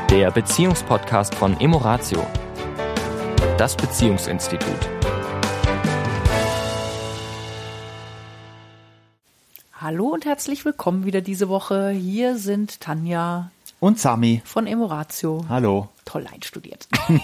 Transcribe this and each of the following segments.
Der Beziehungspodcast von Emoratio, das Beziehungsinstitut. Hallo und herzlich willkommen wieder diese Woche. Hier sind Tanja und Sami von Emoratio. Hallo. Toll einstudiert.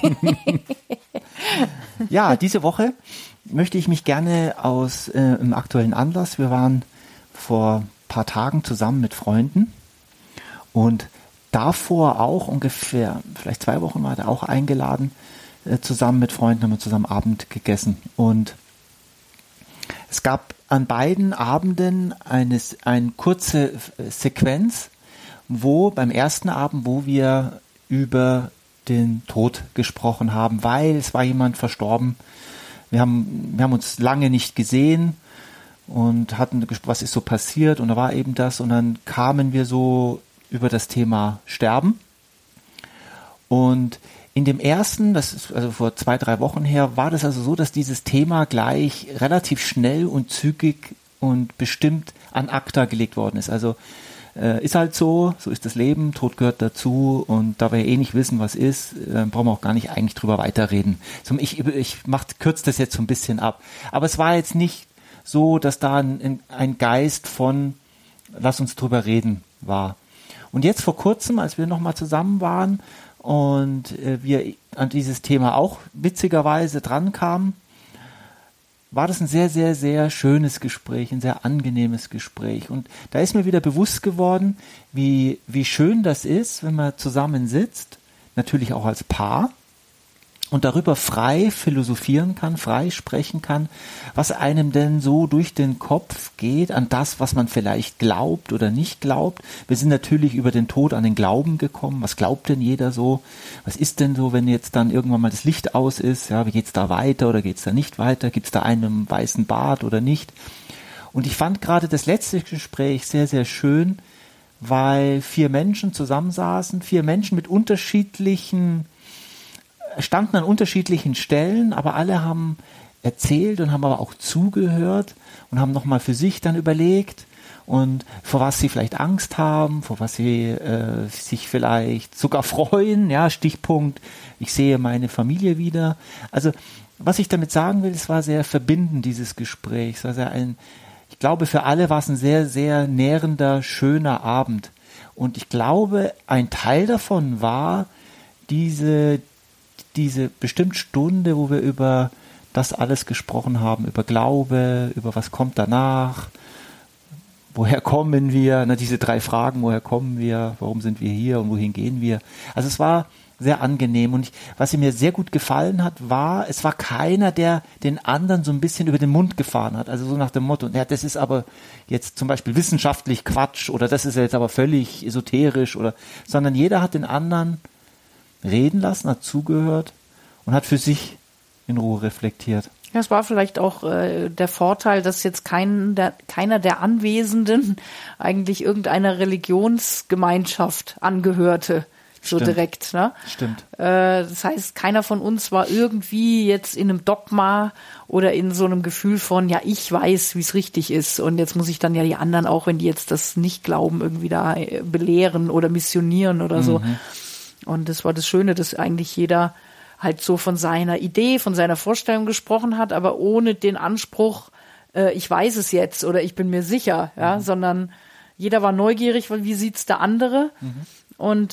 Ja, diese Woche möchte ich mich gerne aus im aktuellen Anlass. Wir waren vor ein paar Tagen zusammen mit Freunden und davor auch ungefähr, vielleicht 2 Wochen war er auch eingeladen, zusammen mit Freunden haben wir zusammen Abend gegessen. Und es gab an beiden Abenden eine kurze Sequenz, beim ersten Abend, wo wir über den Tod gesprochen haben, weil es war jemand verstorben. Wir haben uns lange nicht gesehen und hatten, was ist so passiert, und da war eben das, und dann kamen wir so über das Thema Sterben. Und in dem ersten, das ist also vor 2-3 Wochen her, war das also so, dass dieses Thema gleich relativ schnell und zügig und bestimmt an acta gelegt worden ist. Also ist halt so ist das Leben, Tod gehört dazu, und da wir nicht wissen, was ist, brauchen wir auch gar nicht eigentlich drüber weiterreden. Ich kürze das jetzt so ein bisschen ab. Aber es war jetzt nicht so, dass da ein Geist von lass uns drüber reden war. Und jetzt vor kurzem, als wir nochmal zusammen waren und wir an dieses Thema auch witzigerweise dran kamen, war das ein sehr, sehr, sehr schönes Gespräch, ein sehr angenehmes Gespräch. Und da ist mir wieder bewusst geworden, wie schön das ist, wenn man zusammen sitzt, natürlich auch als Paar, und darüber frei philosophieren kann, frei sprechen kann, was einem denn so durch den Kopf geht, an das, was man vielleicht glaubt oder nicht glaubt. Wir sind natürlich über den Tod an den Glauben gekommen. Was glaubt denn jeder so? Was ist denn so, wenn jetzt dann irgendwann mal das Licht aus ist? Ja, wie geht's da weiter oder geht's da nicht weiter? Gibt's da einen im weißen Bart oder nicht? Und ich fand gerade das letzte Gespräch sehr, sehr schön, weil 4 Menschen zusammensaßen, 4 Menschen mit standen an unterschiedlichen Stellen, aber alle haben erzählt und haben aber auch zugehört und haben nochmal für sich dann überlegt, und vor was sie vielleicht Angst haben, vor was sie sich vielleicht sogar freuen. Ja, Stichpunkt, ich sehe meine Familie wieder. Also was ich damit sagen will, es war sehr verbindend, dieses Gespräch. Es war ich glaube, für alle war es ein sehr, sehr nährender, schöner Abend. Und ich glaube, ein Teil davon war diese bestimmt Stunde, wo wir über das alles gesprochen haben, über Glaube, über was kommt danach, woher kommen wir, diese 3 Fragen, woher kommen wir, warum sind wir hier und wohin gehen wir. Also es war sehr angenehm, und was mir sehr gut gefallen hat, es war keiner, der den anderen so ein bisschen über den Mund gefahren hat, also so nach dem Motto, ja, das ist aber jetzt zum Beispiel wissenschaftlich Quatsch oder das ist jetzt aber völlig esoterisch, sondern jeder hat den anderen reden lassen, hat zugehört und hat für sich in Ruhe reflektiert. Ja, es war vielleicht auch der Vorteil, dass jetzt keiner der Anwesenden eigentlich irgendeiner Religionsgemeinschaft angehörte, so Stimmt. direkt. Ne? Stimmt. Das heißt, keiner von uns war irgendwie jetzt in einem Dogma oder in so einem Gefühl von, ja, ich weiß, wie es richtig ist, und jetzt muss ich dann ja die anderen, auch wenn die jetzt das nicht glauben, irgendwie da belehren oder missionieren oder so. Und das war das Schöne, dass eigentlich jeder halt so von seiner Idee, von seiner Vorstellung gesprochen hat, aber ohne den Anspruch, ich weiß es jetzt oder ich bin mir sicher, ja, sondern jeder war neugierig, wie sieht's der andere? Und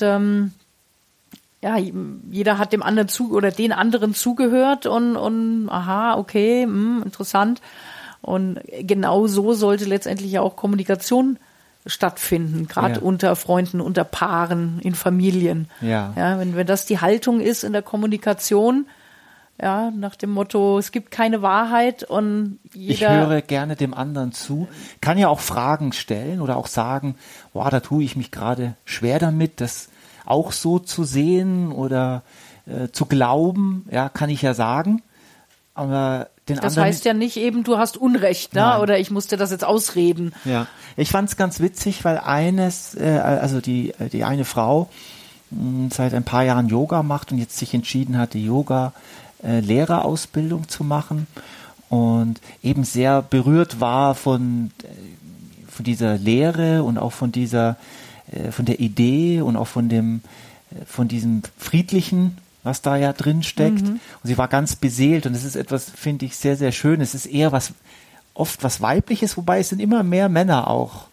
ja, jeder hat dem anderen den anderen zugehört und aha, okay, interessant. Und genau so sollte letztendlich ja auch Kommunikation stattfinden, gerade unter Freunden, unter Paaren, in Familien. Ja, wenn das die Haltung ist in der Kommunikation, ja, nach dem Motto, es gibt keine Wahrheit und jeder... Ich höre gerne dem anderen zu, kann ja auch Fragen stellen oder auch sagen, boah, da tue ich mich gerade schwer damit, das auch so zu sehen oder zu glauben, ja, kann ich ja sagen, aber das heißt ja nicht eben, du hast Unrecht, ne? Nein. Oder ich muss dir das jetzt ausreden. Ja, ich fand es ganz witzig, weil also die eine Frau seit ein paar Jahren Yoga macht und jetzt sich entschieden hat, die Yoga-Lehrerausbildung zu machen und eben sehr berührt war von dieser Lehre und auch von der Idee und auch von dem von diesem Friedlichen, was da ja drin steckt. Und sie war ganz beseelt und es ist etwas, finde ich, sehr, sehr schön. Es ist eher oft was Weibliches, wobei es sind immer mehr Männer auch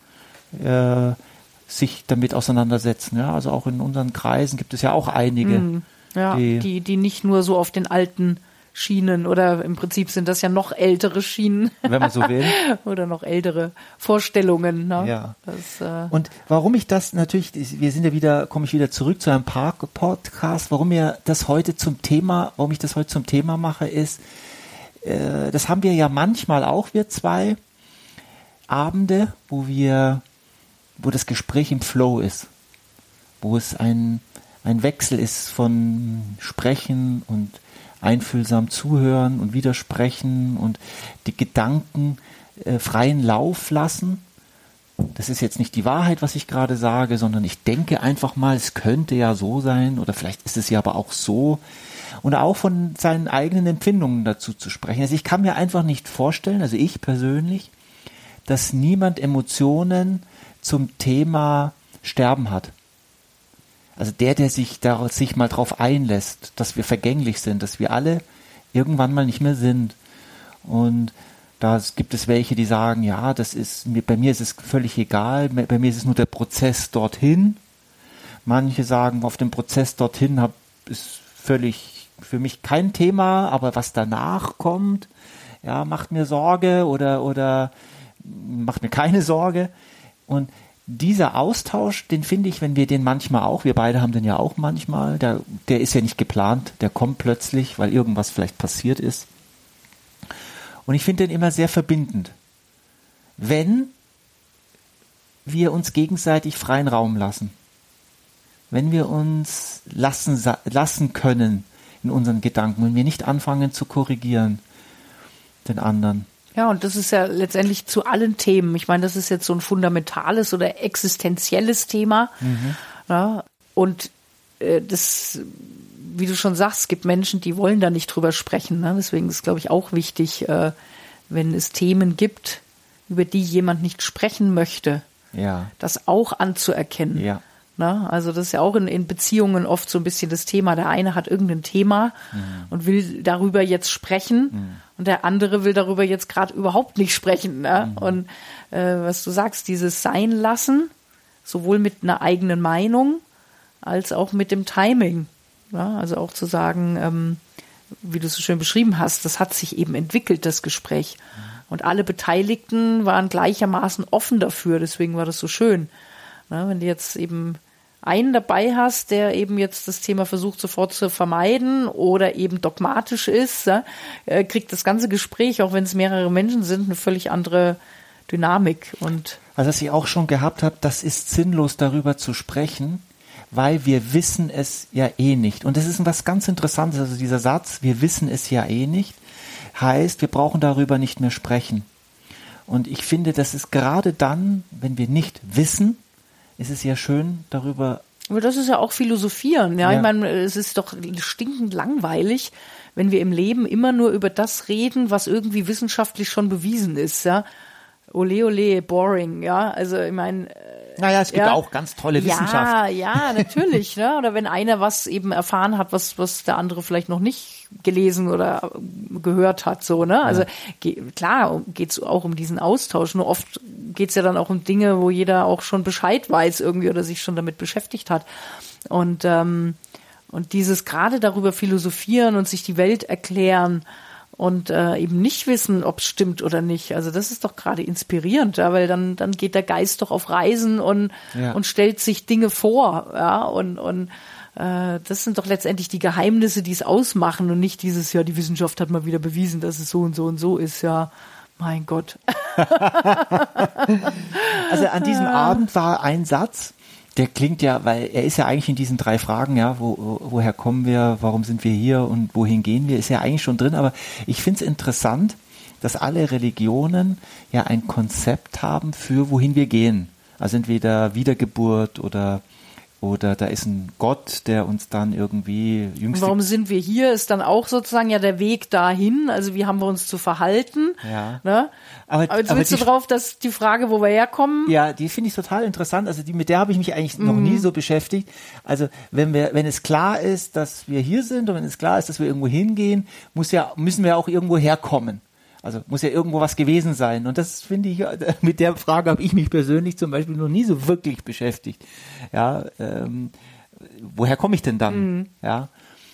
sich damit auseinandersetzen. Ja? Also auch in unseren Kreisen gibt es ja auch einige. Ja, die nicht nur so auf den alten Schienen oder im Prinzip sind das ja noch ältere Schienen. Wenn man so will. Oder noch ältere Vorstellungen. Ne? Ja. Und warum ich das natürlich, komme ich wieder zurück zu einem Podcast, warum ich das heute zum Thema mache, ist, das haben wir ja manchmal auch, wir zwei Abende, wo das Gespräch im Flow ist, wo es ein Wechsel ist von Sprechen und einfühlsam zuhören und widersprechen und die Gedanken freien Lauf lassen. Das ist jetzt nicht die Wahrheit, was ich gerade sage, sondern ich denke einfach mal, es könnte ja so sein oder vielleicht ist es ja aber auch so. Und auch von seinen eigenen Empfindungen dazu zu sprechen. Also ich kann mir einfach nicht vorstellen, also ich persönlich, dass niemand Emotionen zum Thema Sterben hat. Also der sich mal drauf einlässt, dass wir vergänglich sind, dass wir alle irgendwann mal nicht mehr sind. Und da gibt es welche, die sagen, ja, bei mir ist es völlig egal, bei mir ist es nur der Prozess dorthin. Manche sagen, auf dem Prozess dorthin ist völlig für mich kein Thema, aber was danach kommt, ja, macht mir Sorge oder macht mir keine Sorge. Und dieser Austausch, den finde ich, wenn wir den manchmal auch, wir beide haben den ja auch manchmal, der ist ja nicht geplant, der kommt plötzlich, weil irgendwas vielleicht passiert ist. Und ich finde den immer sehr verbindend. Wenn wir uns gegenseitig freien Raum lassen, wenn wir uns lassen können in unseren Gedanken, wenn wir nicht anfangen zu korrigieren, den anderen. Ja, und das ist ja letztendlich zu allen Themen. Ich meine, das ist jetzt so ein fundamentales oder existenzielles Thema. Ja, und das, wie du schon sagst, es gibt Menschen, die wollen da nicht drüber sprechen. Ne? Deswegen ist es, glaube ich, auch wichtig, wenn es Themen gibt, über die jemand nicht sprechen möchte, das auch anzuerkennen. Ja. Na, also das ist ja auch in Beziehungen oft so ein bisschen das Thema. Der eine hat irgendein Thema und will darüber jetzt sprechen und der andere will darüber jetzt gerade überhaupt nicht sprechen. Ne? Und was du sagst, dieses Sein lassen, sowohl mit einer eigenen Meinung als auch mit dem Timing. Ja? Also auch zu sagen, wie du es so schön beschrieben hast, das hat sich eben entwickelt, das Gespräch. Und alle Beteiligten waren gleichermaßen offen dafür, deswegen war das so schön. Na, wenn du jetzt eben einen dabei hast, der eben jetzt das Thema versucht sofort zu vermeiden oder eben dogmatisch ist, kriegt das ganze Gespräch, auch wenn es mehrere Menschen sind, eine völlig andere Dynamik. Und also was ich auch schon gehabt habe, das ist sinnlos, darüber zu sprechen, weil wir wissen es ja eh nicht. Und das ist was ganz Interessantes, also dieser Satz, wir wissen es ja eh nicht, heißt, wir brauchen darüber nicht mehr sprechen. Und ich finde, das ist gerade dann, wenn wir nicht wissen, ist es ja schön, darüber. Aber das ist ja auch Philosophieren. Ja? Ich meine, es ist doch stinkend langweilig, wenn wir im Leben immer nur über das reden, was irgendwie wissenschaftlich schon bewiesen ist. Ja? Ole, ole, boring. Ja, also ich meine. Naja, es gibt auch ganz tolle Wissenschaft. Ja, natürlich. Ne? Oder wenn einer was eben erfahren hat, was der andere vielleicht noch nicht gelesen oder gehört hat. So, ne? Also klar geht es auch um diesen Austausch. Nur oft geht es ja dann auch um Dinge, wo jeder auch schon Bescheid weiß irgendwie oder sich schon damit beschäftigt hat. Und dieses gerade darüber philosophieren und sich die Welt erklären und eben nicht wissen, ob es stimmt oder nicht. Also das ist doch gerade inspirierend, ja, weil dann geht der Geist doch auf Reisen und stellt sich Dinge vor. Ja, und das sind doch letztendlich die Geheimnisse, die es ausmachen und nicht dieses, ja, die Wissenschaft hat mal wieder bewiesen, dass es so und so und so ist. Ja, mein Gott. Also an diesem Abend war ein Satz, der klingt ja, weil er ist ja eigentlich in diesen 3 Fragen, ja, woher kommen wir, warum sind wir hier und wohin gehen wir, ist ja eigentlich schon drin, aber ich finde es interessant, dass alle Religionen ja ein Konzept haben für wohin wir gehen. Also entweder Wiedergeburt oder oder da ist ein Gott, der uns dann irgendwie Und warum sind wir hier, ist dann auch sozusagen ja der Weg dahin, also wie haben wir uns zu verhalten. Ja. Ne? Aber jetzt willst du drauf, dass die Frage, wo wir herkommen? Ja, die finde ich total interessant, also mit der habe ich mich eigentlich noch nie so beschäftigt. Also wenn es klar ist, dass wir hier sind und wenn es klar ist, dass wir irgendwo hingehen, müssen wir auch irgendwo herkommen. Also muss ja irgendwo was gewesen sein. Und das finde ich, mit der Frage habe ich mich persönlich zum Beispiel noch nie so wirklich beschäftigt. Ja, woher komme ich denn dann? Ja.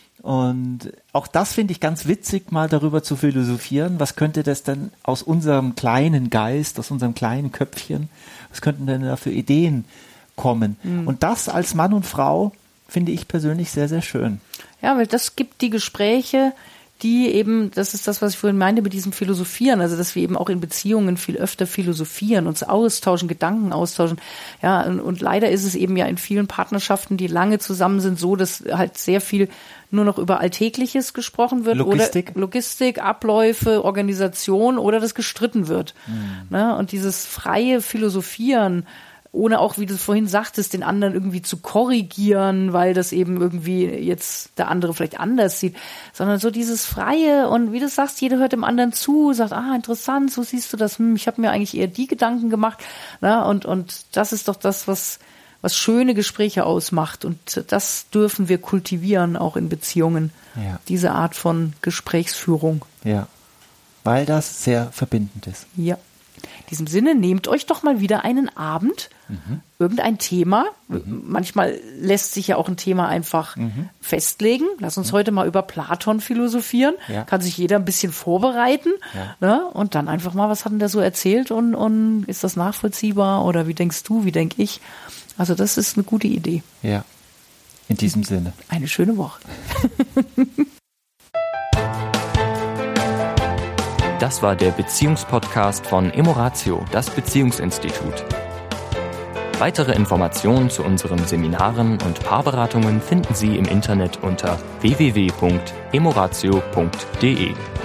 Und auch das finde ich ganz witzig, mal darüber zu philosophieren. Was könnte das denn aus unserem kleinen Geist, aus unserem kleinen Köpfchen, was könnten denn da für Ideen kommen? Und das als Mann und Frau finde ich persönlich sehr, sehr schön. Ja, weil das gibt die Gespräche, die eben, das ist das, was ich vorhin meinte mit diesem Philosophieren, also dass wir eben auch in Beziehungen viel öfter philosophieren, uns austauschen, Gedanken austauschen. Ja, und leider ist es eben ja in vielen Partnerschaften, die lange zusammen sind, so, dass halt sehr viel nur noch über Alltägliches gesprochen wird. Logistik, Abläufe, Organisation oder das gestritten wird. Ne? Und dieses freie Philosophieren, ohne auch, wie du vorhin sagtest, den anderen irgendwie zu korrigieren, weil das eben irgendwie jetzt der andere vielleicht anders sieht, sondern so dieses Freie und wie du sagst, jeder hört dem anderen zu, sagt, interessant, so siehst du das, ich habe mir eigentlich eher die Gedanken gemacht, ne? Und das ist doch das, was schöne Gespräche ausmacht und das dürfen wir kultivieren, auch in Beziehungen, diese Art von Gesprächsführung. Ja, weil das sehr verbindend ist. Ja. In diesem Sinne, nehmt euch doch mal wieder einen Abend, irgendein Thema. Manchmal lässt sich ja auch ein Thema einfach festlegen. Lass uns heute mal über Platon philosophieren. Ja. Kann sich jeder ein bisschen vorbereiten. Ja. Ne? Und dann einfach mal, was hat denn der so erzählt und ist das nachvollziehbar oder wie denkst du, wie denke ich? Also das ist eine gute Idee. Ja, in diesem Sinne. Eine schöne Woche. Das war der Beziehungspodcast von Emoratio, das Beziehungsinstitut. Weitere Informationen zu unseren Seminaren und Paarberatungen finden Sie im Internet unter www.emoratio.de.